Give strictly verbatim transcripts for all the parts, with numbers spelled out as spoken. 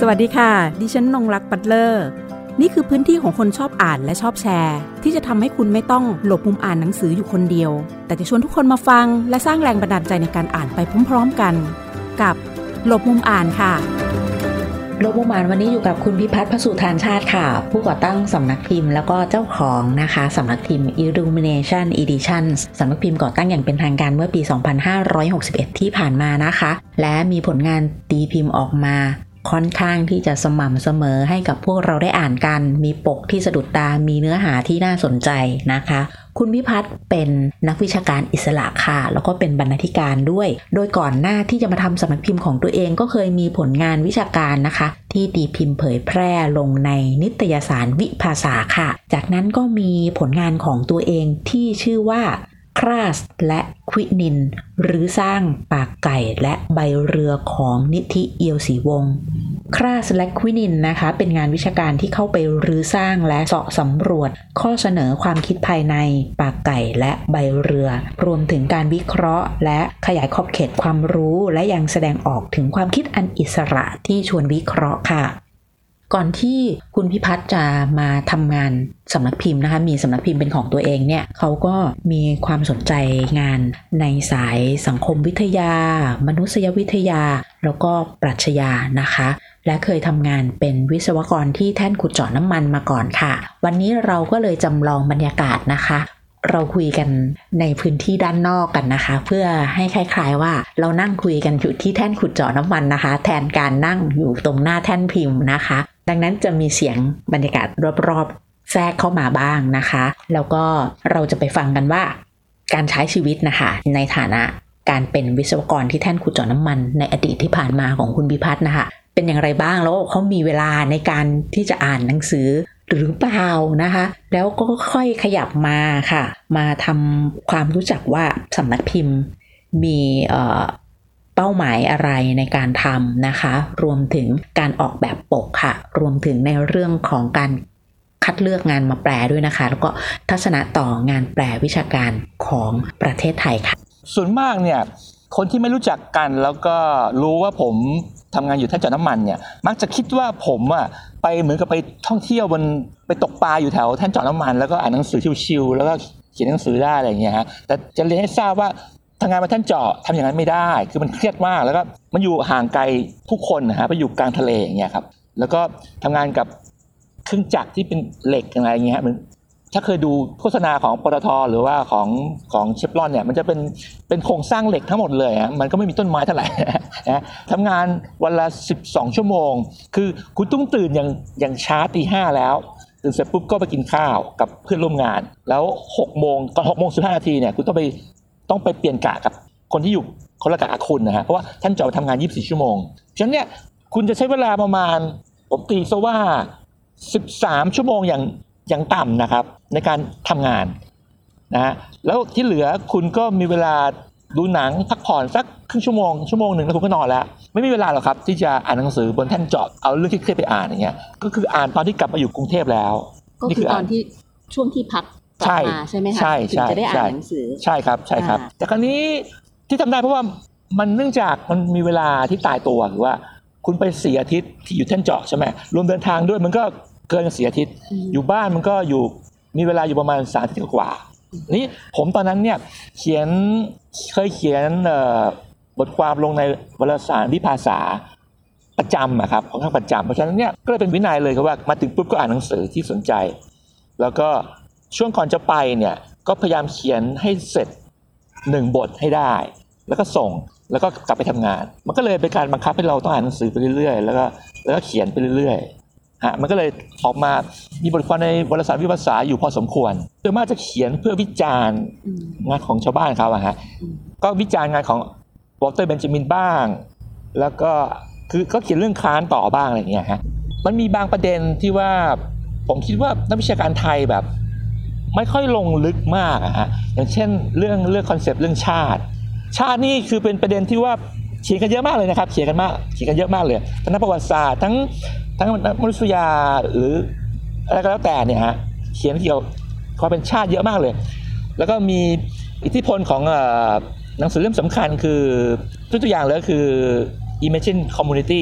สวัสดีค่ะดิฉันนงรักปัตเลอร์นี่คือพื้นที่ของคนชอบอ่านและชอบแชร์ที่จะทำให้คุณไม่ต้องหลบมุมอ่านหนังสืออยู่คนเดียวแต่จะชวนทุกคนมาฟังและสร้างแรงบันดาลใจในการอ่านไปพร้อมๆกันกับหลบมุมอ่านค่ะหลบมุมอ่านวันนี้อยู่กับคุณพิพัฒน์พสุธานชาติค่ะผู้ก่อตั้งสำนักพิมพ์แล้วก็เจ้าของนะคะสำนักพิมพ์ Illumination Editions สำนักพิมพ์ก่อตั้งอย่างเป็นทางการเมื่อปีสองพันห้าร้อยหกสิบเอ็ดที่ผ่านมานะคะและมีผลงานตีพิมพ์ออกมาค่อนข้างที่จะสม่ำเสมอให้กับพวกเราได้อ่านกันมีปกที่สะดุดตามีเนื้อหาที่น่าสนใจนะคะคุณพิพัฒน์เป็นนักวิชาการอิสระค่ะแล้วก็เป็นบรรณาธิการด้วยโดยก่อนหน้าที่จะมาทำสำนักพิมพ์ของตัวเองก็เคยมีผลงานวิชาการนะคะที่ตีพิมพ์เผยแพร่ลงในนิตยสารวิภาษาค่ะจากนั้นก็มีผลงานของตัวเองที่ชื่อว่าคราสและควินินหรือสร้างปากไก่และใบเรือของนิธิเอียวศรีวงศ์คราสและควินินนะคะเป็นงานวิชาการที่เข้าไปรื้อสร้างและเสาะสำรวจข้อเสนอความคิดภายในปากไก่และใบเรือรวมถึงการวิเคราะห์และขยายขอบเขตความรู้และยังแสดงออกถึงความคิดอันอิสระที่ชวนวิเคราะห์ค่ะก่อนที่คุณพิพัฒน์จะมาทำงานสำนักพิมพ์นะคะมีสำนักพิมพ์เป็นของตัวเองเนี่ยเขาก็มีความสนใจงานในสายสังคมวิทยามนุษยวิทยาแล้วก็ปรัชญานะคะและเคยทำงานเป็นวิศวกรที่แท่นขุดเจาะน้ำมันมาก่อนค่ะวันนี้เราก็เลยจำลองบรรยากาศนะคะเราคุยกันในพื้นที่ด้านนอกกันนะคะเพื่อให้คล้ายๆว่าเรานั่งคุยกันอยู่ที่แท่นขุดเจาะน้ำมันนะคะแทนการนั่งอยู่ตรงหน้าแท่นพิมพ์นะคะดังนั้นจะมีเสียงบรรยากาศรอบๆแทรกเข้ามาบ้างนะคะแล้วก็เราจะไปฟังกันว่าการใช้ชีวิตนะคะในฐานะการเป็นวิศวกรที่แท่นขุดเจาะน้ำมันในอดีตที่ผ่านมาของคุณพิพัฒน์นะคะเป็นอย่างไรบ้างแล้วเขามีเวลาในการที่จะอ่านหนังสือหรือเปล่านะคะแล้วก็ค่อยขยับมาค่ะมาทำความรู้จักว่าสำนักพิมพ์มีเอ่อเป้าหมายอะไรในการทำนะคะรวมถึงการออกแบบปกค่ะรวมถึงในเรื่องของการคัดเลือกงานมาแปลด้วยนะคะแล้วก็ทัศนะต่องานแปลวิชาการของประเทศไทยค่ะส่วนมากเนี่ยคนที่ไม่รู้จักกันแล้วก็รู้ว่าผมทำงานอยู่แท่นเจาะน้ำมันเนี่ยมักจะคิดว่าผมอ่ะไปเหมือนกับไปท่องเที่ยวบนไปตกปลาอยู่แถวแท่นเจาะน้ำมันแล้วก็อ่านหนังสือชิวๆแล้วก็เขียนหนังสือได้อะไรอย่างเงี้ยฮะแต่จะเรียนให้ทราบว่าทำงานบนแท่นเจาะทำอย่างนั้นไม่ได้คือมันเครียดมากแล้วก็มันอยู่ห่างไกลผู้คนนะฮะไปอยู่กลางทะเลอย่างเงี้ยครับแล้วก็ทำงานกับเครื่องจักรที่เป็นเหล็กอะไรอย่างเงี้ยมันถ้าเคยดูโฆษณาของปตท.หรือว่าของของเชฟรอนเนี่ยมันจะเป็นเป็นโครงสร้างเหล็กทั้งหมดเลยฮะมันก็ไม่มีต้นไม้เท่าไหร่นะทำงานวันละสิบสองชั่วโมงคือคุณต้องตื่นอย่างอย่างช้าตีห้าแล้วตื่นเสร็จปุ๊บก็ไปกินข้าวกับเพื่อนร่วมงานแล้วหกโมงตอนหกโมงสิบห้านาทีเนี่ยคุณต้องไปต้องไปเปลี่ยนกะกับคนที่อยู่คนละกะกับคุณนะฮะเพราะว่าท่านจะทำงานยี่สิบสี่ชั่วโมงฉะนั้นเนี่ยคุณจะใช้เวลาประมาณผมตีซะว่าสิบสามชั่วโมงอย่างอย่างต่ำนะครับในการทำงานนะฮะแล้วที่เหลือคุณก็มีเวลาดูหนังพักผ่อนสักครึ่งชั่วโมงชั่วโมงหนึ่งแล้วคุณก็นอนแล้วไม่มีเวลาหรอกครับที่จะอ่านหนังสือบนแท่นเจาะเอาเรื่องที่เครียดไปอ่านอย่างเงี้ยก็คืออ่านตอนที่กลับมาอยู่กรุงเทพแล้วก็คือตอนที่ช่วงที่พักกลับมาใช่ไหมคะถึงจะได้อ่านหนังสือใช่ครับใช่ครับแต่คราวนี้ที่ทำได้เพราะว่ามันเนื่องจากมันมีเวลาที่ตายตัวหรือว่าคุณไปสี่อาทิตย์ที่อยู่แท่นเจาะใช่ไหมรวมเดินทางด้วยมันก็เกินสี่อาทิตย์อยู่บ้านมันก็อยู่มีเวลาอยู่ประมาณสามอาทิตย์กว่านี่ผมตอนนั้นเนี่ยเขียนเคยเขียนบทความลงในวารสารวิภาษาประจำอะครับของข้างประจำเพราะฉะนั้นเนี่ยก็เลยเป็นวินัยเลยครับว่ามาถึงปุ๊บก็อ่านหนังสือที่สนใจแล้วก็ช่วงก่อนจะไปเนี่ยก็พยายามเขียนให้เสร็จหนึ่งบทให้ได้แล้วก็ส่งแล้วก็กลับไปทำงานมันก็เลยเป็นการบังคับให้เราต้องอ่านหนังสือไปเรื่อยๆแล้วก็แล้วก็เขียนไปเรื่อยๆฮะมันก็เลยออกมามีบทความในวารสารวิภาษาอยู่พอสมควรโดยมากจะเขียนเพื่อวิจารณ์งานของชาวบ้านเขาอะฮะก็วิจารณ์งานของวอลเตอร์เบนจามินบ้างแล้วก็คือก็เขียนเรื่องค้านต่อบ้างอะไรอย่างเงี้ยฮะมันมีบางประเด็นที่ว่าผมคิดว่านักวิชาการไทยแบบไม่ค่อยลงลึกมากอะฮะอย่างเช่นเรื่องเรื่องคอนเซปต์เรื่องชาติชาตินี่คือเป็นประเด็นที่ว่าเขียนกันเยอะมากเลยนะครับเขียนกันมากเขียนกันเยอะมากเลยทั้งนักประวัติศาสตร์ทั้งทั้งมนุษยาหรืออะไรก็แล้วแต่เนี่ยฮะเขียนเกี่ยวความเป็นชาติเยอะมากเลยแล้วก็มีอิทธิพลของหนังสือเล่มสำคัญคือตัวอย่างเลยก็คือ Imagine Communities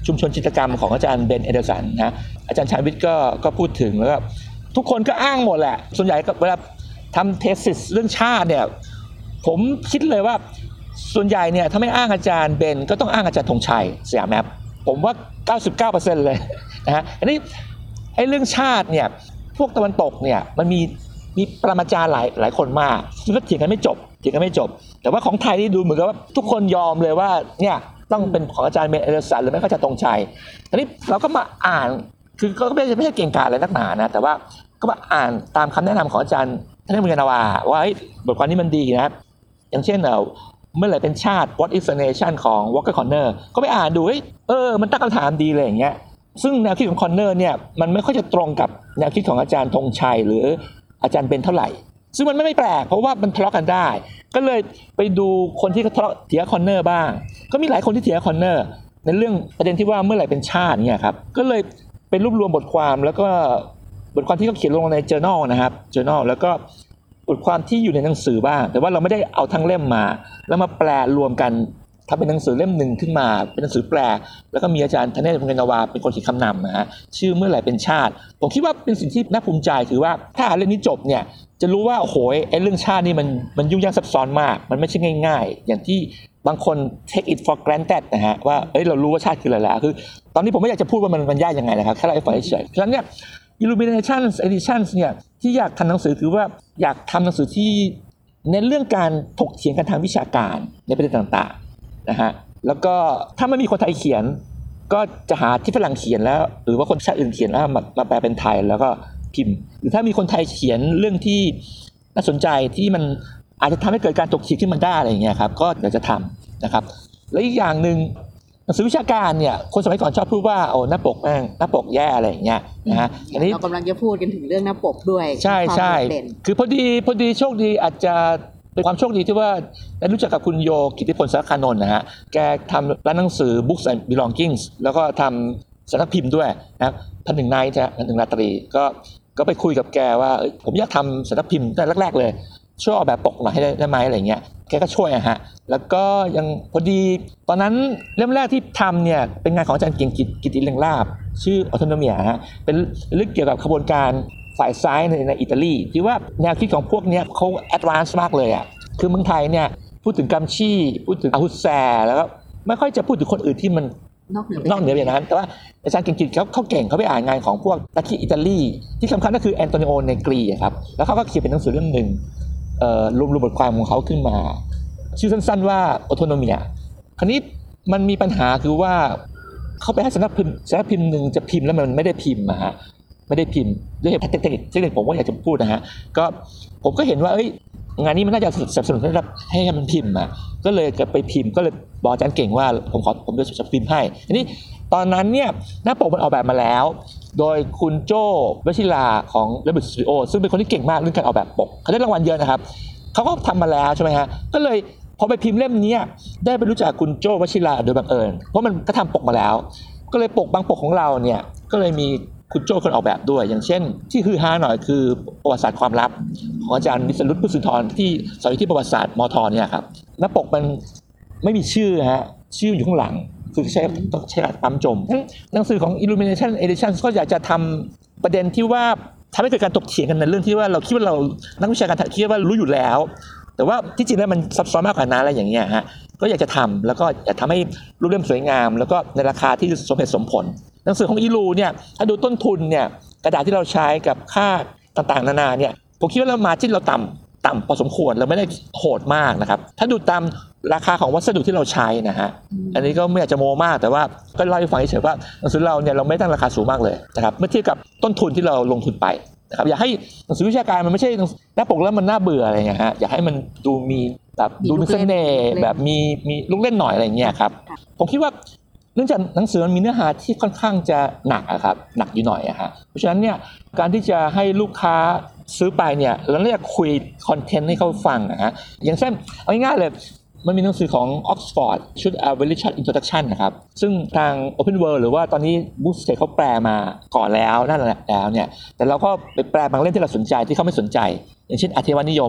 ชุมชนจิตรกรรมของอาจารย์เบนเอเดอร์สันนะอาจารย์ชาญวิทย์ก็ก็พูดถึงแล้วก็ทุกคนก็อ้างหมดแหละส่วนใหญ่ก็เวลาทำเทสิสเรื่องชาติเนี่ยผมคิดเลยว่าส่วนใหญ่เนี่ยถ้าไม่อ้างอาจารย์เบนก็ต้องอ้างอาจารย์ธงชัยสยามแมปผมว่า เก้าสิบเก้าเปอร์เซ็นต์ เลยนะฮะอันนี้ไอ้เรื่องชาติเนี่ยพวกตะวันตกเนี่ยมันมีมีปรมาจารย์หลายหลายคนมากซึ่งก็เถียงกันไม่จบเถียงกันไม่จบแต่ว่าของไทยนี่ดูเหมือนกับว่าทุกคนยอมเลยว่าเนี่ยต้องเป็นของอาจารย์เบนเอเดอร์สันหรือไม่ก็อาจารย์ธงชัยอันนี้เราก็มาอ่านคือก็ไม่ใช่ไม่ใช่เก่งกาจอะไรนักหนานะแต่ว่าก็มาอ่านตามคำแนะนำของอาจารย์ท่านเมืองนาวาว่าบทความนี้มันดีนะอย่างเช่นเออเมื่อไหร่เป็นชาติ What is a nation ของ Walker Corner ก็ไปอ่านดูเออมันตั้งคำถามดีเลยอย่างเงี้ยซึ่งแนวคิดของ Corner เนี่ยมันไม่ค่อยจะตรงกับแนวคิดของอาจารย์ธงชัยหรืออาจารย์เบนเท่าไหร่ซึ่งมันไม่แปลกเพราะว่ามันทะเลาะกันได้ก็เลยไปดูคนที่เขาทะเลาะเถียง Corner บ้างก็มีหลายคนที่เถียง Corner ในเรื่องประเด็นที่ว่าเมื่อไหร่เป็นชาติเนี่ยครับก็เลยไปรวบรวมบทความแล้วก็บทความที่เขาเขียนลงใน journal นะครับ journal แล้วก็บทความที่อยู่ในหนังสือบ้างแต่ว่าเราไม่ได้เอาทั้งเล่มมาแล้วมาแปลรวมกันทำเป็นหนังสือเล่มหนึ่งขึ้นมาเป็นหนังสือแปลแล้วก็มีอาจารย์ธเนศ เมืองนาวาเป็นคนเขียนคำนำนะฮะชื่อเมื่อไหร่เป็นชาติผมคิดว่าเป็นสิ่งที่น่าภูมิใจคือว่าถ้าอ่านเรื่องนี้จบเนี่ยจะรู้ว่าโอ้โหไอ้เรื่องชาตินี่มันมันยุ่งยากซับซ้อนมากมันไม่ใช่ง่ายๆอย่างที่บางคน take it for granted นะฮะว่าเอ้ยเรารู้ว่าชาติคืออะไรแล้วคือตอนนี้ผมไม่อยากจะพูดว่ามันมันยากยังไงนะครับแค่เล่าให้ฟังเฉยๆเพราะฉะนั้นเนี่ย Illuminations Editions เนี่ยที่อยากทำหนังสือคือว่าอยากทำหนังสือที่เน้นเรื่องการถกเถียงกันทางวิชาการในประเด็นต่างๆนะฮะแล้วก็ถ้าไม่มีคนไทยเขียนก็จะหาที่ฝรั่งเขียนแล้วหรือว่าคนชาติอื่นเขียนแล้วมามาแปลเป็นไทยแล้วก็พิมพ์หรือถ้ามีคนไทยเขียนเรื่องที่น่าสนใจที่มันอาจจะทำให้เกิดการถกเถียงขึ้นมาได้อะไรอย่างเงี้ยครับก็อยากจะทำนะครับและอีกอย่างนึงหนังสือวิชาการเนี่ยคนสมัยก่อนชอบพูดว่าโอ้หน้าปกแม่งหน้าปกแย่อะไรอย่างเงี้ยนะฮะอันนี้เรากำลังจะพูดกันถึงเรื่องหน้าปกด้วยใช่ใช่คือพอดีพอดีโชคดีอาจจะเป็นความโชคดีที่ว่าได้รู้จักกับคุณโยกิติพลสารคานนท์นะฮะแกทำร้านหนังสือ Books and Belongings แล้วก็ทำสำนักพิมพ์ด้วยนะครับพันหนึ่งไนท์นะพันหนึ่งราตรีก็ก็ไปคุยกับแกว่าผมอยากทำสำนักพิมพ์ตั้งแต่แรกๆเลยช่วยออกแบบปกหน่อยให้ได้ไหมอะไรเงี้ยแกก็ช่วยอะฮะแล้วก็ยังพอดีตอนนั้นเล่มแรกที่ทำเนี่ยเป็นงานของอาจารย์เก่งกิตกิติเรืองลาภชื่อ Autonomia ฮะเป็นเรื่องเกี่ยวกับขบวนการฝ่ายซ้ายในในอิตาลีที่ว่าแนวคิดของพวกเนี้ยเขาแอดวานซ์มากเลยอ่ะคือเมืองไทยเนี่ยพูดถึงกัมชี่พูดถึงอาฮุสแซแล้วก็ไม่ค่อยจะพูดถึงคนอื่นที่มันนอกเหนือนอกเหนืออย่างนั้นแต่ว่าอาจารย์เก่งกิตเขาเขาเก่งเขาไปอ่านงานของพวกนักคิดอิตาลีที่สำคัญก็คือแอนโตนิโอเนกรีครับแล้วเขาก็เขียนเป็นหนังสือเล่มนึงเอ่อรวมรวมบทความของเขาขึ้นมาชื่อสั้นๆว่า Autonomia คราวนี้มันมีปัญหาคือว่าเขาไปให้สำนักพิมพ์สำนักพิมพ์นึงจะพิมพ์แล้วมันไม่ได้พิมพ์อะฮะไม่ได้พิมพ์ด้วยเหตุเทคนิคเทคนิคผมว่าอยากจะพูดนะฮะก็ผมก็เห็นว่าเอ้ยงานนี้มันน่าจะสนับสนุนให้มันพิมพ์อ่ะก็เลยจะไปพิมพ์ก็เลยบอกอาจารย์เก่งว่าผมขอผมจะพิมพ์ให้ทีนี้ตอนนั้นเนี่ยหน้าปกมันออกแบบมาแล้วโดยคุณโจ้วชิราของ Rebel Studio ซึ่งเป็นคนที่เก่งมากเรื่องการออกแบบปกเขาได้รางวัลเยอะนะครับเขาก็ทำมาแล้วใช่ไหมฮะก็เลยพอไปพิมพ์เล่มนี้ได้ไปรู้จักคุณโจ้วชิราโดยบังเอิญเพราะมันก็ทำปกมาแล้วก็เลยปกบางปกของเราเนี่ยก็เลยมีคุณโจ้คนออกแบบด้วยอย่างเช่นที่ฮือฮาหน่อยคือประวัติศาสตร์ความลับของอาจารย์วิษณุพุทธสุนทรที่สอนที่ประวัติศาสตร์มทเนี่ยครับหน้าปกมันไม่มีชื่อฮะชื่ออยู่ข้างหลังคือใช้ต้องใช้ปั๊มจมหนังสือของ Illumination Edition ก็อยากจะทำประเด็นที่ว่าทำให้เกิดการถกเถียงกันในเรื่องที่ว่าเราคิดว่าเรานักวิชาการคิดว่ารู้อยู่แล้วแต่ว่าที่จริงแล้วมันซับซ้อนมากกว่านั้นอะไรอย่างเงี้ยฮะก็อยากจะทำแล้วก็อยากทำให้รูปเล่มสวยงามแล้วก็ในราคาที่สมเหตุสมผลหนังสือของอีลูเนี่ยถ้าดูต้นทุนเนี่ยกระดาษที่เราใช้กับค่าต่างๆนานาเนี่ยผมคิดว่าเรามาจิ้นเราต่ำต่ำพอสมควรเราไม่ได้โหดมากนะครับถ้าดูตามราคาของวัสดุที่เราใช้นะฮะอันนี้ก็ไม่อยากจะโม้มากแต่ว่าก็เล่าให้ฟังเฉยๆว่าหนังสือเราเนี่ยเราไม่ตั้งราคาสูงมากเลยนะครับเมื่อเทียบกับต้นทุนที่เราลงทุนไปนะครับอยากให้หนังสือวิชาการมันไม่ใช่หน้าปกแล้วมันน่าเบื่ออะไรอย่างเงี้ยฮะอยากให้มันดูมีแบบดูมีเสน่ห์แบบมีมีลูกเล่นหน่อยอะไรอย่างเงี้ยครับผมคิดว่าเนื่องจากหนังสือมันมีเนื้อหาที่ค่อนข้างจะหนักอะครับหนักอยู่หน่อยอะฮะเพราะฉะนั้นเนี่ยการที่จะให้ลูกค้าซื้อไปเนี่ยเราเรียกคุยคอนเทนต์ให้เขาฟังนะฮะอย่างเช่นเอาง่ายๆเลยมันมีหนังสือของ Oxford ชุด A Very Short Introduction นะครับซึ่งทาง Open World หรือว่าตอนนี้ Bookstake เขาแปลมาก่อนแล้วนั่นแหละแล้วเนี่ยแต่เราก็ไปแปลบางเล่มที่เราสนใจที่เขาไม่สนใจอย่างเช่นอเทวนิยม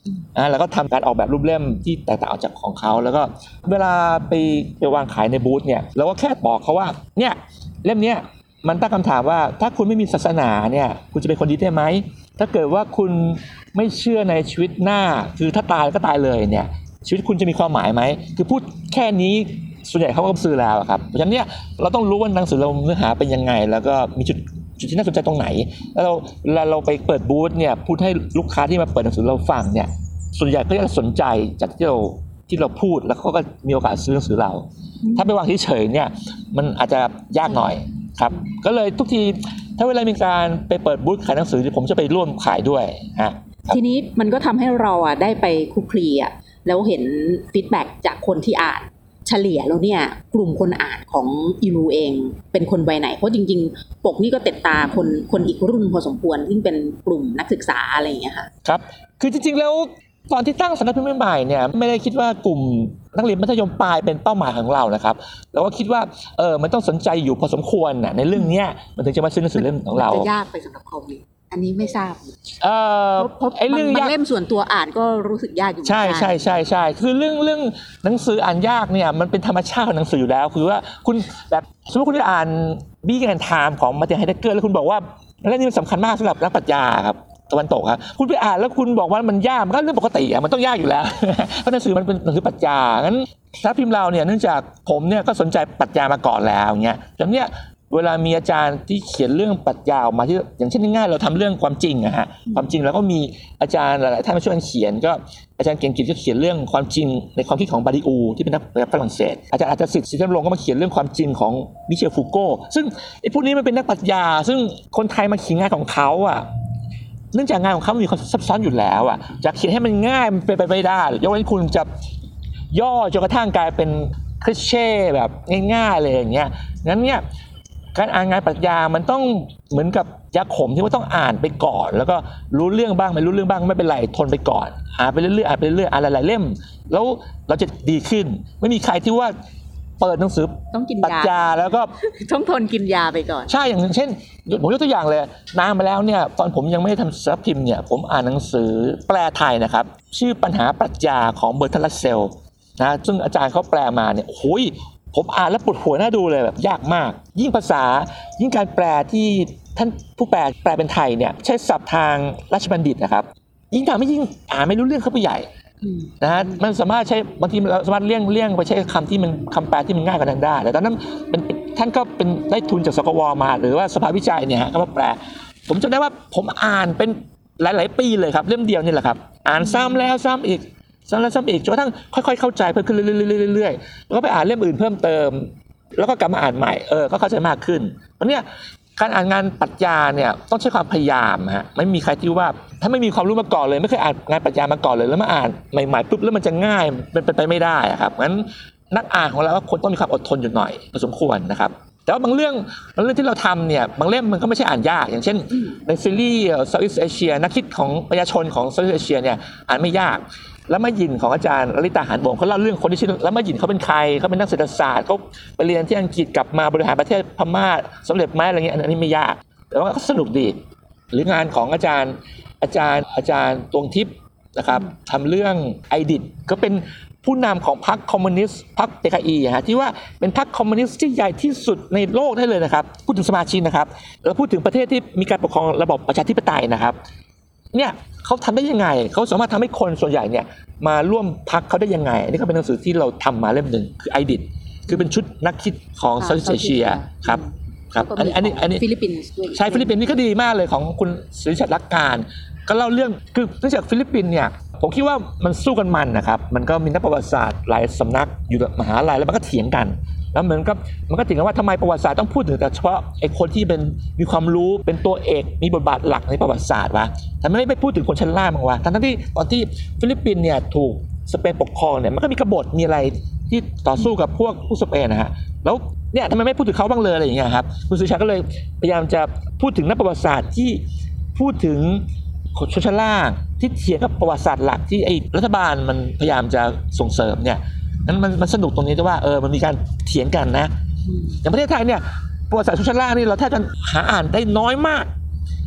อ่าแล้วก็ทำการออกแบบรูปเล่มที่แตกต่างจากของเขาแล้วก็เวลาไปไปวางขายในบูธเนี่ยเราก็แค่บอกเขาว่าเนี่ยเล่มเนี้ยมันตั้งคำถามว่าถ้าคุณไม่มีศาสนาเนี่ยคุณจะเป็นคนดีได้ไหมถ้าเกิดว่าคุณไม่เชื่อในชีวิตหน้าคือถ้าตายก็ตายเลยเนี่ยชีวิตคุณจะมีความหมายไหมคือพูดแค่นี้ส่วนใหญ่เขาก็ซื้อแล้วครับเพราะฉะนั้นเนี่ยเราต้องรู้ว่าหนังสือเราเนื้อหาเป็นยังไงแล้วก็มีจุดจุดที่น่าสนใจตรงไหนแล้วเราเวลาเราไปเปิดบูธเนี่ยพูดให้ลูกค้าที่มาเปิดหนังสือเราฟังเนี่ยส่วนใหญ่ก็จะสนใจจากที่เราที่เราพูดแล้วเขาก็มีโอกาสซื้อหนังสือเราถ้าไปวางเฉยๆเนี่ยมันอาจจะยากหน่อยครับก็เลยทุกทีถ้าเวลามีการไปเปิดบูธขายหนังสือผมจะไปร่วมขายด้วยฮะทีนี้มันก็ทำให้เราอ่ะได้ไปคลุกคลีอ่ะแล้วเห็นฟีดแบ็กจากคนที่อ่านเฉลี่ยแล้วเนี่ยกลุ่มคนอ่านของอีรูเองเป็นคนวัยไหนเพราะจริงๆปกนี่ก็เต็ดตาคนคนอีกรุ่นพอสมควรที่เป็นกลุ่มนักศึกษาอะไรอย่างเงี้ยค่ะครับคือจริงๆแล้วตอนที่ตั้งสำนักพิมพ์ใหม่เนี่ยไม่ได้คิดว่ากลุ่มนักเรียนมัธยมปลายเป็นเป้าหมายของเรานะครับเราก็คิดว่าเออมันต้องสนใจอยู่พอสมควรน่ะในเรื่องเนี้ยมันถึงจะมาซื้อหนังสือเล่มของเราจะยากไปสำหรับเขาไหมอันนี้ไม่ทราบเอ่อไอ้เรื่องยากเล่มส่วนตัวอ่านก็รู้สึกยากอยู่ใช่ใช่ใช่ใช่คือเรื่องเรื่องหนังสืออ่านยากเนี่ยมันเป็นธรรมชาติของหนังสืออยู่แล้วคือว่าคุณแบบสมมติคุณได้อ่านบี้แอนไทม์ของมาร์ตินไฮเดเกอร์แล้วคุณบอกว่าเรื่องนี้มันสำคัญมากสำหรับนักปรัชญาครับตะวันตกครับคุณไปอ่านแล้วคุณบอกว่ามันยากมันก็เรื่องปกติอ่ะมันต้องยากอยู่แล้วเพราะหนังสือมันเป็นหนังสือปรัชญางั้นสำนักพิมพ์เราเนี่ยเนื่องจากผมเนี่ยก็สนใจปรัชญามาก่อนแล้วเงี้ยดังนั้นเวลามีอาจารย์ที่เขียนเรื่องปรัชญาออกมาที่อย่างเช่นง่ายๆเราทำเรื่องความจริงอะฮะความจริงแล้วก็มีอาจารย์หลายๆท่านมาช่วยกันเขียนก็อาจารย์เก่งกิจก็เขียนเรื่องความจริงในความคิดของบาดิอูที่เป็นนักฝรั่งเศสอาจารย์อาจารย์สิทธิ์สิทธิพงศ์ก็มาเขียนเรื่องความจริงของมิเชลฟูโก้ซึ่งไอ้พวกนี้มันเป็นนักปรัชญาซึ่งคนไทยมาเขียนงานของเขาอะเนื่องจากงานของเขามีความซับซ้อนอยู่แล้วอะจะเขียนให้มันง่ายมันเป็นไปไม่ได้ยกเว้นคุณจะย่อจนกระทั่งกลายเป็นคลิเช่แบบง่ายๆเลยอย่างเงี้ยงั้นเนี่ยการอ่านงานปรัชญามันต้องเหมือนกับยาขมที่ว่าต้องอ่านไปก่อนแล้วก็รู้เรื่องบ้างไม่รู้เรื่องบ้างไม่เป็นไรทนไปก่อนอ่านไปเรื่อยๆอ่านไปเรื่อยๆอ่านหลายๆเล่มแล้วเราจะดีขึ้นไม่มีใครที่ว่าเปิดหนังสือต้องกินปรัชญาแล้วก็ต้องทนกินยาไปก่อนใช่อย่างเช่นผมยกตัวอย่างเลยนานมาแล้วเนี่ยตอนผมยังไม่ได้ทำสำนักพิมพ์เนี่ยผมอ่านหนังสือแปลไทยนะครับชื่อปัญหาปรัชญาของเบอร์ทัน รัสเซลนะซึ่งอาจารย์เขาแปลมาเนี่ยโอ้ยผมอ่านแล้วปวดหัวน่าดูเลยแบบยากมากยิ่งภาษายิ่งการแปลที่ท่านผู้แปลแปลเป็นไทยเนี่ยใช้ศัพท์ทางราชบัณฑิตนะครับยิ่งทำให้ยิ่งอ่านไม่รู้เรื่องเข้าไปใหญ่นะฮะมันสามารถใช้บางทีเราสามารถเลี่ยงเลี่ยงไปใช้คำที่มันคำแปลที่มันง่ายกว่านั้นได้แต่ตอนนั้นเป็นท่านก็เป็นได้ทุนจากสกวมาหรือว่าสภาวิจัยเนี่ยฮะก็มาแปลผมจำได้ว่าผมอ่านเป็นหลายๆปีเลยครับเล่มเดียวนี่แหละครับอ่านซ้ำแล้วซ้ำอีกซ้ำแล้วซ้ำอีกจนกระทั่งค่อยๆเข้าใจเพิ่มขึ้นเรื่อยๆแล้วก็ไปอ่านเล่มอื่นเพิ่มเติมแล้วก็กลับมาอ่านใหม่เออก็เข้าใจมากขึ้นเพราะเนี่ยการอ่านงานปรัชญาเนี่ยต้องใช้ความพยายามฮะไม่มีใครที่ว่าถ้าไม่มีความรู้มาก่อนเลยไม่เคยอ่านงานปรัชญามาก่อนเลยแล้วมาอ่านใหม่ๆปุ๊บแล้วมันจะง่ายเป็นไปไม่ได้ครับงั้นนักอ่านของเราก็ควรต้องมีความอดทนอยู่หน่อยพอสมควรนะครับแต่ว่าบางเรื่องบางเรื่องที่เราทำเนี่ยบางเล่มมันก็ไม่ใช่อ่านยากอย่างเช่นในซีรีส์ Southeast Asia นักคิดของประชาชนของ Southeast Asia เนี่ยอ่านไม่ยากแล้วมายินของอาจารย์ลลิตาหานวงเขาเล่าเรื่องคนที่ชื่อแล้วมายินเขาเป็นใครเขาเป็นนักเศรษฐศาสตร์เขาไปเรียนที่อังกฤษกลับมาบริหารประเทศพม่าสำเร็จไหมอะไรเงี้ยอันนี้ไม่ยากแต่ว่าก็สนุกดีหรืองานของอาจารย์อาจารย์อาจารย์ตวงทิพย์นะครับทำเรื่องไอดิตก็เป็นผู้นำของพรรคคอมมิวนิสต์พรรค พี เค อี ฮะที่ว่าเป็นพรรคคอมมิวนิสต์ที่ใหญ่ที่สุดในโลกได้เลยนะครับพูดถึงสมาชิกนะครับแล้วพูดถึงประเทศที่มีการปกครองระบบประชาธิปไตยนะครับเนี่ยเขาทำได้ยังไงเขาสามารถทำให้คนส่วนใหญ่เนี่ยมาร่วมพรรคเขาได้ยังไงอันนี้ก็เป็นหนังสือที่เราทำมาเล่มหนึ่งคือไอดิตคือเป็นชุดนักคิดของเซาท์อีสต์เอเชียครับครับอันนี้อันนี้อันนี้ฟิลิปปินส์ด้วยใช่ฟิลิปปินส์นี่ก็ดีมากเลยของคุณสุริชัดรักการก็เล่าเรื่องคือเนื่องจากฟิลิปปินส์เนี่ยผมคิดว่ามันสู้กันมันนะครับมันก็มีนักประวัติศาสตร์หลายสำนักอยู่มหาลัยแล้วมันก็เถียงกันแล้วเหมือนกับมันก็ถึงกันว่าทำไมประวัติศาสตร์ต้องพูดถึงแต่เฉพาะไอ้คนที่เป็นมีความรู้เป็นตัวเอกมีบทบาทหลักในประวัติศาสตร์วะทำไมไม่พูดถึงคนชั้นล่างบ้างวะทั้งที่ตอนที่ฟิลิปปินส์เนี่ยถูกสเปนปกครองเนี่ยมันก็มีกบฏมีอะไรที่ต่อสู้กับพวกผู้สเปนนะฮะแล้วเนี่ยทำไมไม่พูดถึงเขาบ้างเลยอะไรอย่างเงี้ยครับคุณสุชาก็เลยพยายามจะพูดถึงนักประวัติศาสตร์ที่พูดถึงชนชั้นล่างที่เถียงกับประวัติศาสตร์หลักที่ไอ้รัฐบาลมันพยายามจะส่งเสริมเนี่ยนั้นมันมันสนุกตรงนี้ด้วยว่าเออมันมีการเถียงกันนะอย่างประเทศไทยเนี่ยประวัติศาสตร์ชนชั้นล่างนี่เราแทบจะหาอ่านได้น้อยมาก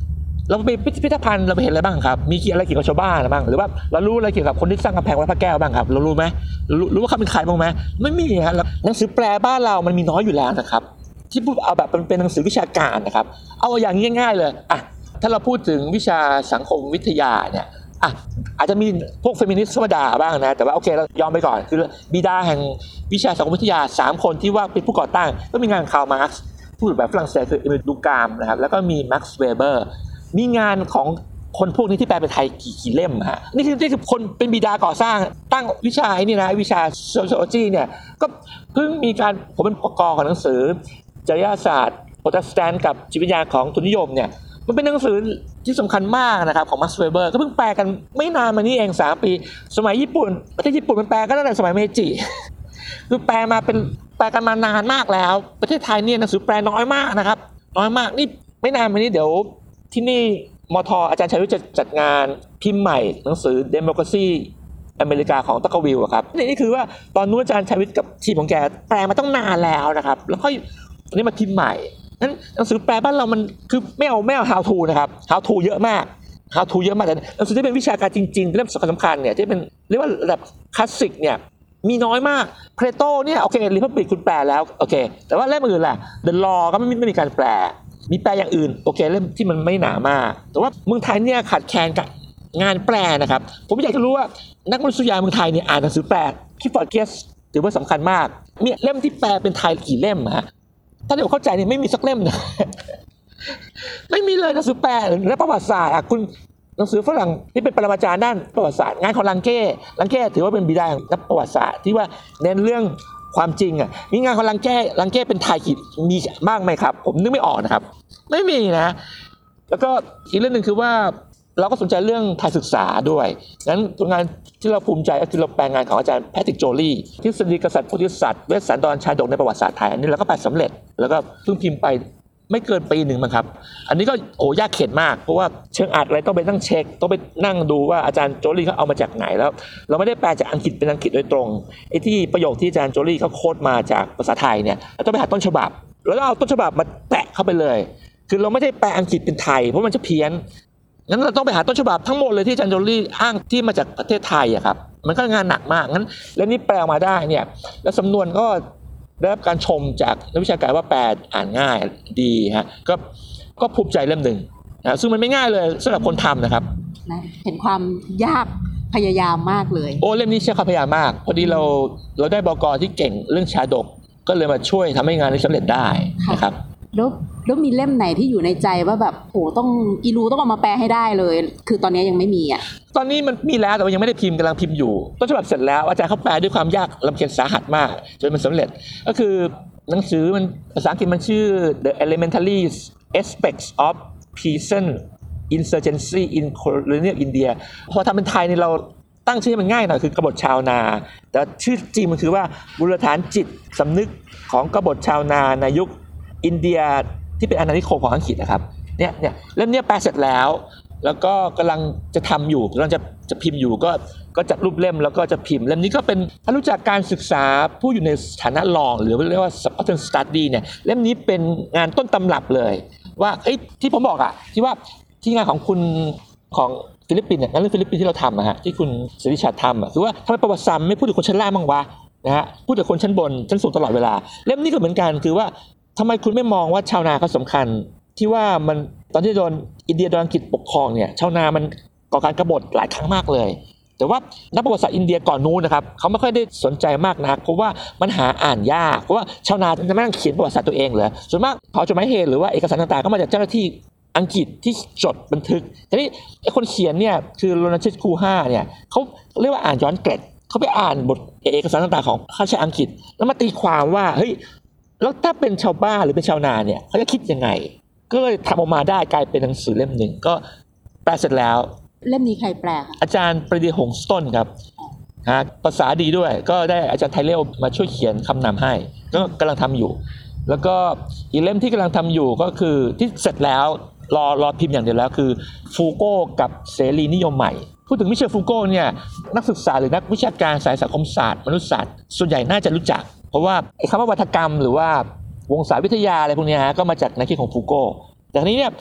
เราไปพิพิธภัณฑ์เราไปเห็นอะไรบ้างครับมีอะไรเกี่ยวกับชาวบ้านบ้างหรือว่าเรารู้อะไรเกี่ยวกับคนที่สร้างกำแพงวัดพระแก้วบ้างครับเรารู้ไหมรู้รู้ว่าเขาเป็นใครบ้างไหมไม่มีฮะหนังสือแปลบ้านเรามันมีน้อยอยู่แล้วนะครับที่พูดเอาแบบเป็นหนังสือวิชาการนะครับเอาอย่างง่ายๆเลยอ่ะถ้าเราพูดถึงวิชาสังคมวิทยาเนี่ยอ่ะอาจจะมีพวกเฟมินิสต์ธรรมดาบ้างนะแต่ว่าโอเคเรายอมไปก่อนคือบิดาแห่งวิชาสังคมวิทยาสามคนที่ว่าเป็นผู้ก่อตั้งก็มีงานคาร์ล มาร์กซ์พูดแบบฝรั่งเศสคือเอมิล ดูกามนะครับแล้วก็มีแม็กซ์ เวเบอร์มีงานของคนพวกนี้ที่แปลเป็นไทยกี่กี่เล่มฮะนี่คือนี่คือคนเป็นบิดาก่อสร้างตั้งวิชาไอ้นี่นะวิชา sociology เนี่ยก็เพิ่งมีการผมเป็นกอของหนังสือจริยศาสตร์โปรเตสแตนต์กับจิตวิทยาของทุนนิยมเนี่ยมันเป็นหนังสือที่สำคัญมากนะครับของมักซ์ เวเบอร์ก็เพิ่งแปลกันไม่นานมานี้เองสามปีสมัยญี่ปุ่นประเทศญี่ปุ่นมันแปลก็ตั้งแต่สมัยเมจิคือแปลมาเป็นแปลกันมานานมากแล้วประเทศไทยเนี่ยหนังสือแปลน้อยมากนะครับน้อยมากนี่ไม่นานมานี้เดี๋ยวที่นี่มท.อาจารย์ชัยวิทย์จะจัดงานพิมพ์ใหม่หนังสือ Democracy อเมริกาของตะกวิลครับนี่คือว่าตอนนู้นอาจารย์ชัยวิทย์กับทีมของแกแปลมาต้องนานแล้วนะครับแล้วค่อยอันนี้มาพิมพ์ใหม่นั้นหนังสือแปลบ้านเรามันคือไม่เอาไม่เอา how to นะครับ how to เยอะมาก how to เยอะมากแต่หนังสือที่เป็นวิชาการจริงๆเล่มสำคัญสำคัญเนี่ยที่เป็นเรียกว่าระดับคลาสสิกเนี่ยมีน้อยมากเพลโตเนี่ยโอเคริพับลิกคุณแปลแล้วโอเคแต่ว่าเล่มอื่นล่ะ The Law ก็ไม่ไม่มีการแปลมีแปลอย่างอื่นโอเคเล่มที่มันไม่หนามากแต่ว่าเมืองไทยเนี่ยขาดแคลนกับงานแปลนะครับผมอยากจะรู้ว่านักมนุษยวิทยาเมืองไทยเนี่ยอ่านหนังสือแปลคิดฟอร์ดเกสถือว่าสำคัญมากมีเล่มที่แปลเป็นไทยกี่เล่มฮะถ้าเดี๋ยวเข้าใจเนี่ยไม่มีสักเล่มนะ ไม่มีเลยหนังสือแปลและประวัติศาสตร์อ่ะคุณหนังสือฝรั่งที่เป็นปรมาจารย์ด้านประวัติศาสตร์งานของลังเก้ลังเก้ถือว่าเป็นบิดาของนักประวัติศาสตร์ที่ว่าเน้นเรื่องความจริงอ่ะมีงานของลังเก้ลังเก้เป็นไทยกี่มีบ้างไหมครับผมนึกไม่ออกนะครับไม่มีนะแล้วก็อีกเรื่องนึงคือว่าเราก็สนใจเรื่องไทยศึกษาด้วยงั้นงานที่เราภูมิใจก็คือเราแปลงานของอาจารย์แพทริกโจลี่ทฤษฎีกษัตริย์โพธิสัตว์เวสสันดรชาดกในประวัติศาสตร์ไทยอันนี้เราก็แปลสำเร็จแล้วก็เพิ่งพิมพ์ไปไม่เกินปีหนึ่งมั้งครับอันนี้ก็โอ้ยากเข็ญมากเพราะว่าเชิงอัดอะไรต้องไปนั่งเช็คต้องไปนั่งดูว่าอาจารย์โจลี่เขาเอามาจากไหนแล้วเราไม่ได้แปลจากอังกฤษเป็นอังกฤษโดยตรงไอ้ที่ประโยคที่อาจารย์โจลี่เขาโค้ดมาจากภาษาไทยเนี่ยเราต้องไปหาต้นฉบับแล้วก็เอาต้นฉบับมาแปะเข้าไปเลยคือเราไม่ได้แปลอังกฤษเป็นไทยเพราะมันจะเพี้ยนงั้นเราต้องไปหาต้นฉบับทั้งหมดเลยที่อาจารย์โจลี่อ้างที่มาจากประเทศไทยอะครับมันก็งานหนักมากงั้นแล้วนี่แปลมาได้เนี่ยแล้วสำนวนก็ได้รับการชมจากนักวิชาการว่าแปลอ่านง่ายดีฮะก็ก็ภูมิใจเล่มหนึ่งนะซึ่งมันไม่ง่ายเลยสำหรับคนทำนะครับเห็นความยากพยายามมากเลยโอ้เล่มนี้ใช้ความพยายามมากพอดีเราเราได้บก.ที่เก่งเรื่องชาดกก็เลยมาช่วยทำให้งานนี้สำเร็จได้นะครับแล้วแล้วมีเล่มไหนที่อยู่ในใจว่าแบบโหต้องอีรูต้องเอามาแปลให้ได้เลยคือตอนนี้ยังไม่มีอ่ะตอนนี้มันมีแล้วแต่ว่ายังไม่ได้พิมพ์กำลังพิมพ์อยู่ต้นฉบับเสร็จแล้วอาจารย์เขาแปลด้วยความยากลำเค็ญสาหัสมากจนมันสำเร็จก็คือหนังสือมันภาษาอังกฤษมันชื่อ The Elementary Aspects of Peasant Insurgency in Colonial India พอทำเป็นไทยเนี่ยเราตั้งชื่อมันง่ายหน่อยคือกบฏชาวนาแต่ชื่อจริงมันคือว่ามูลฐานจิตสำนึกของกบฏชาวนาในยุคอินเดียที่เป็นอาณานิคมของอังกฤษนะครับเนี่ยเนี่ยเล่มนี้แปลเสร็จแล้วแล้วก็กำลังจะทำอยู่กำลังจะจะพิมพ์อยู่ก็ก็จัดรูปเล่มแล้วก็จะพิมพ์เล่มนี้ก็เป็นถ้ารู้จักการศึกษาผู้อยู่ในฐานะรองหรือเรียกว่า subaltern study เนี่ยเล่มนี้เป็นงานต้นตำรับเลยว่าไอ้ที่ผมบอกอ่ะที่ว่าที่งานของคุณของฟิลิปปินส์เนี่ยงานเรื่องฟิลิปปินส์ที่เราทำอะฮะที่คุณศิริชาติทำอะคือว่าทำไมประวัติศาสตร์ไม่พูดถึงคนชั้นล่างบ้างวะนะฮะพูดถึงคนชั้นบนชั้นสูงตลอดเวลาเล่มนี้ก็เหมือนกันคือว่าทำไมคุณไม่มองว่าชาวนาเขาสำคัญที่ว่ามันตอนที่โดนอินเดียโดนอังกฤษปกครองเนี่ยชาวนามันก่อการกบฏหลายครั้งมากเลยแต่ว่านักประวัติศาสตร์อินเดียก่อนนู้นนะครับเขาไม่ค่อยได้สนใจมากนักเพราะว่ามันหาอ่านยากเพราะว่าชาวนาจะไม่ต้องเขียนประวัติศาสตร์ตัวเองเลยส่วนมากเขาจดหมายเหตุหรือว่าเอกสารต่างๆก็มาจากเจ้าหน้าที่อังกฤษที่จดบันทึกทีนี้ไอ้คนเขียนเนี่ยคือโรนัลด์ คูฮาเนี่ยเขาเรียกว่าอ่านย้อนเกร็ดเขาไปอ่านบทเอกสารต่างๆของข้าราชการอังกฤษแล้วมาตีความว่าเฮ้ยแล้วถ้าเป็นชาวบ้านหรือเป็นชาวนาเนี่ยเขาจะคิดยังไงก็เลยทำออกมาได้กลายเป็นหนังสือเล่มหนึ่งก็แปลเสร็จแล้วเล่มนี้ใครแปลคะอาจารย์ปรีดีหงส์ต้นครับฮะภาษาดีด้วยก็ได้อาจารย์ไทเลลมาช่วยเขียนคำนำให้ก็กำลังทำอยู่แล้วก็อีกเล่มที่กำลังทำอยู่ก็คือที่เสร็จแล้วรอรอพิมพ์อย่างเดียวแล้วคือฟูโก้กับเสรีนิยมใหม่พูดถึงมิเชลฟูโก้เนี่ยนักศึกษาหรือนักวิชาการสายสังคมศาสตร์มนุษยศาสตร์ส่วนใหญ่น่าจะรู้จักเพราะว่าไอ้คำว่าวัฒกรรมหรือว่าวงศาวิทยาอะไรพวกนี้ฮะก็มาจากแนวคิดของฟูโก้แต่ทีนี้เนี่ย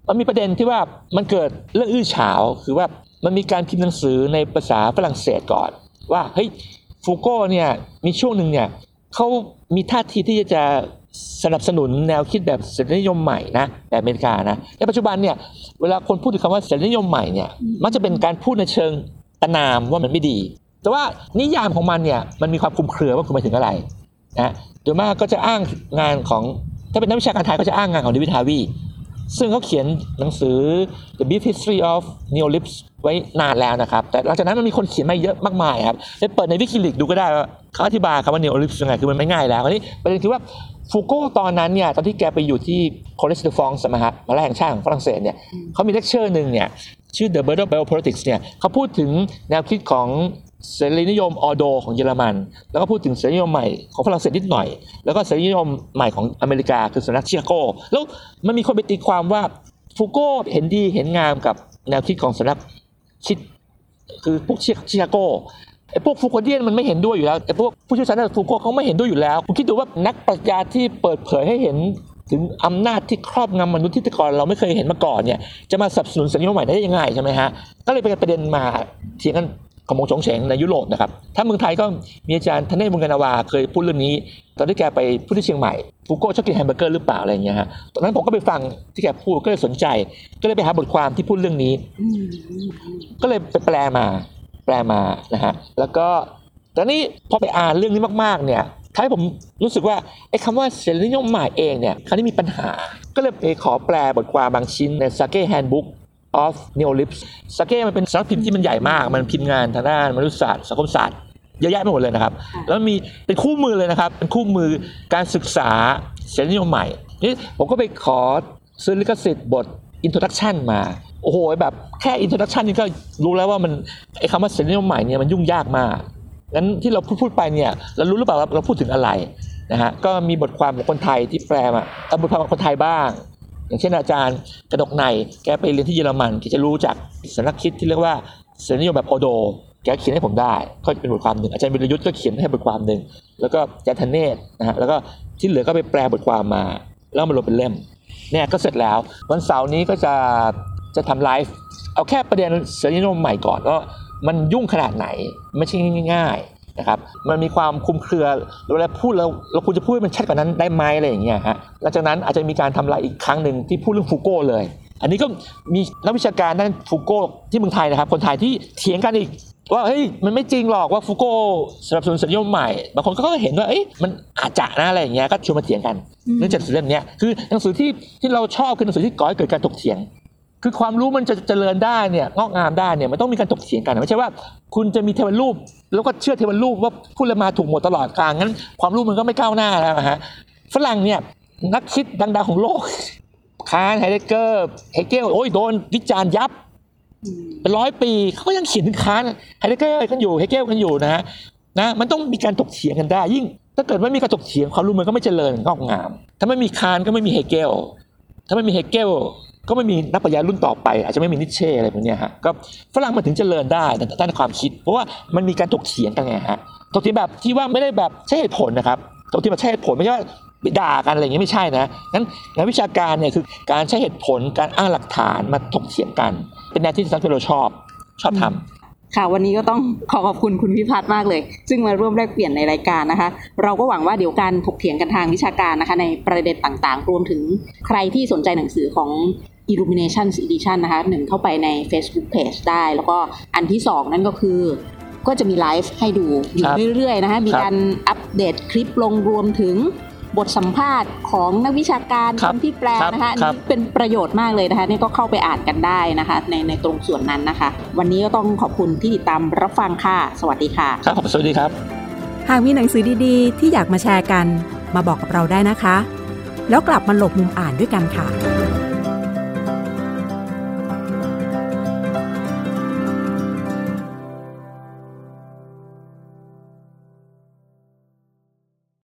มันมีประเด็นที่ว่ามันเกิดเรื่องอื้อฉาวคือว่ามันมีการพิมพ์หนังสือในภาษาฝรั่งเศสก่อนว่าเฮ้ยฟูโก้เนี่ยมีช่วงหนึ่งเนี่ยเขามีท่าทีที่จะสนับสนุนแนวคิดแบบเสรีนิยมใหม่นะแบบอเมริกานะในปัจจุบันเนี่ยเวลาคนพูดถึงคำว่าเสรีนิยมใหม่เนี่ยมักจะเป็นการพูดในเชิงตนามว่ามันไม่ดีแต่ว่านิยามของมันเนี่ยมันมีความคลุมเครือว่าคุณหมายถึงอะไรนะโดยมากก็จะอ้างงานของถ้าเป็นนักวิชาการไทยก็จะอ้างงานของเดวิดฮาวีซึ่งเขาเขียนหนังสือ The Brief History of Neoliberalism ไว้นานแล้วนะครับแต่หลังจากนั้นมันมีคนเขียนมาเยอะมากมายครับไปเปิดในวิกิลีกดูก็ได้ว่าเขาอธิบายคำว่า Neoliberalism ยังไงคือมันไม่ง่ายแล้วอันนี้ประเด็นคือว่าฟูโก้ตอนนั้นเนี่ยตอนที่แกไปอยู่ที่ Collège de France มหาวิทยาลัยแห่งชาติของฝรั่งเศสเนี่ยเขามีเลคเชอร์นึงเนี่ยชื่อ The Birth of Biopolitics เนี่ยเขาพูดถึงแนวคิดของเสรีนิยมออโดของเยอรมันแล้วก็พูดถึงเสรีนิยมใหม่ของฝรั่งเศสนิดหน่อยแล้วก็เสรีนิยมใหม่ของอเมริกาคือสำนักชิคาโกแล้วมันมีคนไปตีความว่าฟูโก้เห็นดีเห็นงามกับแนวคิดของสำนักคิดคือพวกชิคาโกไอ้พวกฟูโกเดียนมันไม่เห็นด้วยอยู่แล้วไอ้พวกผู้เชี่ยวชาญด้านฟูโก้เขาไม่เห็นด้วยอยู่แล้วคุณคิดดูว่านักปรัชญาที่เปิดเผยให้เห็นถึงอำนาจที่ครอบงำมนุษย์ที่แต่ก่อนเราไม่เคยเห็นมาก่อนเนี่ยจะมาสนับสนุนเสรีนิยมใหม่ได้ยังไงใช่ไหมฮะก็เลยเป็นประเด็นมาเถียงกันของมงชงเฉงในยุโรปนะครับถ้าเมืองไทยก็มีอาจารย์ธเนศ บุญกนาวาเคยพูดเรื่องนี้ตอนที่แกไปพูดที่เชียงใหม่ฟูโก้ชอบกินแฮมเบอร์เกอร์หรือเปล่าอะไรอย่างเงี้ยฮะตอนนั้นผมก็ไปฟังที่แกพูดก็เลยสนใจก็เลยไปหาบทความที่พูดเรื่องนี้ก็เลยไปแปลมาแปลมานะฮะแล้วก็ตอนนี้พอไปอ่านเรื่องนี้มากๆเนี่ยทำให้ผมรู้สึกว่าไอ้คำว่าเสรีนิยมใหม่เองเนี่ยคราวนี้มีปัญหาก็เลยไปขอแปลบทความบางชิ้นใน Sage Handbook of Neoliberalism Sage มันเป็นสำนักพิมพ์ที่มันใหญ่มากมันพิมพ์งานทางด้านมนุษยศาสตร์สังคมศาสตร์เยอะแยะไปหมดเลยนะครับแล้วมีเป็นคู่มือเลยนะครับเป็นคู่มือการศึกษาเสรีนิยมใหม่นี่ผมก็ไปขอซื้อลิขสิทธิ์บท Introduction มาโอ้โหแบบแค่ Introduction นี่ก็รู้แล้วว่ามันไอ้คำว่าเสรีนิยมใหม่เนี่ยมันยุ่งยากมากงั้นที่เราพูดพูดไปเนี่ยเรารู้หรือเปล่าเราพูดถึงอะไรนะฮะก็มีบทความของคนไทยที่แปลมาเอาบทความของคนไทยบ้างอย่างเช่นอาจารย์กนกในแกไปเรียนที่เยอรมันแกจะรู้จักสำนักคิดที่เรียกว่าเสรีนิยมแบบโอโดแกเขียนให้ผมได้ก็เป็นบทความหนึ่งอาจารย์วิรยุทธ์ก็เขียนให้บทความหนึ่งแล้วก็อาจารย์ธเนศนะฮะแล้วก็ที่เหลือก็ไปแปลบทความมาแล้วมาลงเป็นเล่มเนี่ยก็เสร็จแล้ววันเสาร์นี้ก็จะจะทำไลฟ์เอาแค่ประเด็นเสรีนิยมใหม่ก่อนว่ามันยุ่งขนาดไหนไม่ใช่ง่ายๆนะครับมันมีความคลุมเครือเวลาพูดแล้วเราควรจะพูดให้มันชัดกว่านั้นได้ไหมอะไรอย่างเงี้ยฮะหลังจากนั้นอาจจะมีการทำไลฟ์อีกครั้งหนึ่งที่พูดเรื่องฟูโก้เลยอันนี้ก็มีนักวิชาการด้านฟูโก้ที่เมืองไทยนะครับคนไทยที่เถียงกันอีกว่าเฮ้ยมันไม่จริงหรอกว่าฟูโก้สนับสนุนเสรีนิยมใหม่บางคนก็เห็นว่าเอ้ยมันอาจจะนะอะไรอย่างเงี้ยก็ชวนมาเถียงกันเรื่องจากเรื่องนี้คือหนังสือที่ที่เราชอบคือหนังสือที่ก่อให้เกิดการถกเถียงคือความรู้มันจะเจริญได้เนี่ยงอกงามได้เนี่ยมันต้องมีการถกเถียงกันไม่ใช่ว่าคุณจะมีเทวรูปแล้วก็เชื่อเทวรูปว่าพูดแล้วมาถูกหมดตลอดกลางงั้นความรู้มันก็ไม่ก้าวหน้าแล้วนะฮะฝรั่งเนี่ยนักคิดดังๆของโลกคานต์ไฮเดเกอร์เฮเกลโอ้ยโดนวิจารณ์ยับเป็นร้อยปีเขาก็ยังเขียนถึงคานต์ไฮเดเกอร์กันอยู่เฮเกลกันอยู่นะนะมันต้องมีการถกเถียงกันได้ยิ่งถ้าเกิดไม่มีการถกเถียงความรู้มันก็ไม่เจริญงอกงามถ้าไม่มีคานต์ก็ไม่มีเฮเกลถ้าไม่มีเฮเกลก็ไม่มีนักปรัชญารุ่นต่อไปอาจจะไม่มีนิทเช่อะไรพวกนี้ฮะก็ฝรั่งมันถึงเจริญได้ด้านความคิดเพราะว่ามันมีการถกเถียงกันไงฮะถกเถียงแบบที่ว่าไม่ได้แบบใช้เหตุผลนะครับถกเถียงแบบใช้เหตุผลไม่ใช่ว่าด่ากันอะไรอย่างนี้ไม่ใช่นะงั้นงานวิชาการเนี่ยคือการใช้เหตุผลการอ้างหลักฐานมาถกเถียงกันเป็นแนวที่สังคมเราชอบชอบทำค่ะวันนี้ก็ต้องขอขอบคุณคุณพิพัฒน์มากเลยซึ่งมาร่วมแลกเปลี่ยนในรายการนะคะเราก็หวังว่าเดี๋ยวการถกเถียงกันทางวิชาการนะคะในประเด็นต่างๆรวมถึงใครที่สนใจหนังสือของ Illumination Edition นะคะหนึ่งเข้าไปใน Facebook Page ได้แล้วก็อันที่สองนั่นก็คือก็จะมีไลฟ์ให้ดูอยู่เรื่อยๆนะคะมีการอัปเดตคลิปลงรวมถึงบทสัมภาษณ์ของนักวิชาการคนที่แปลนะคะนี่เป็นประโยชน์มากเลยนะคะนี่ก็เข้าไปอ่านกันได้นะคะในในตรงส่วนนั้นนะคะวันนี้ก็ต้องขอบคุณที่ติดตามรับฟังค่ะสวัสดีค่ะครับสวัสดีครับหากมีหนังสือดีๆที่อยากมาแชร์กันมาบอกกับเราได้นะคะแล้วกลับมาหลบมุมอ่านด้วยกันค่ะ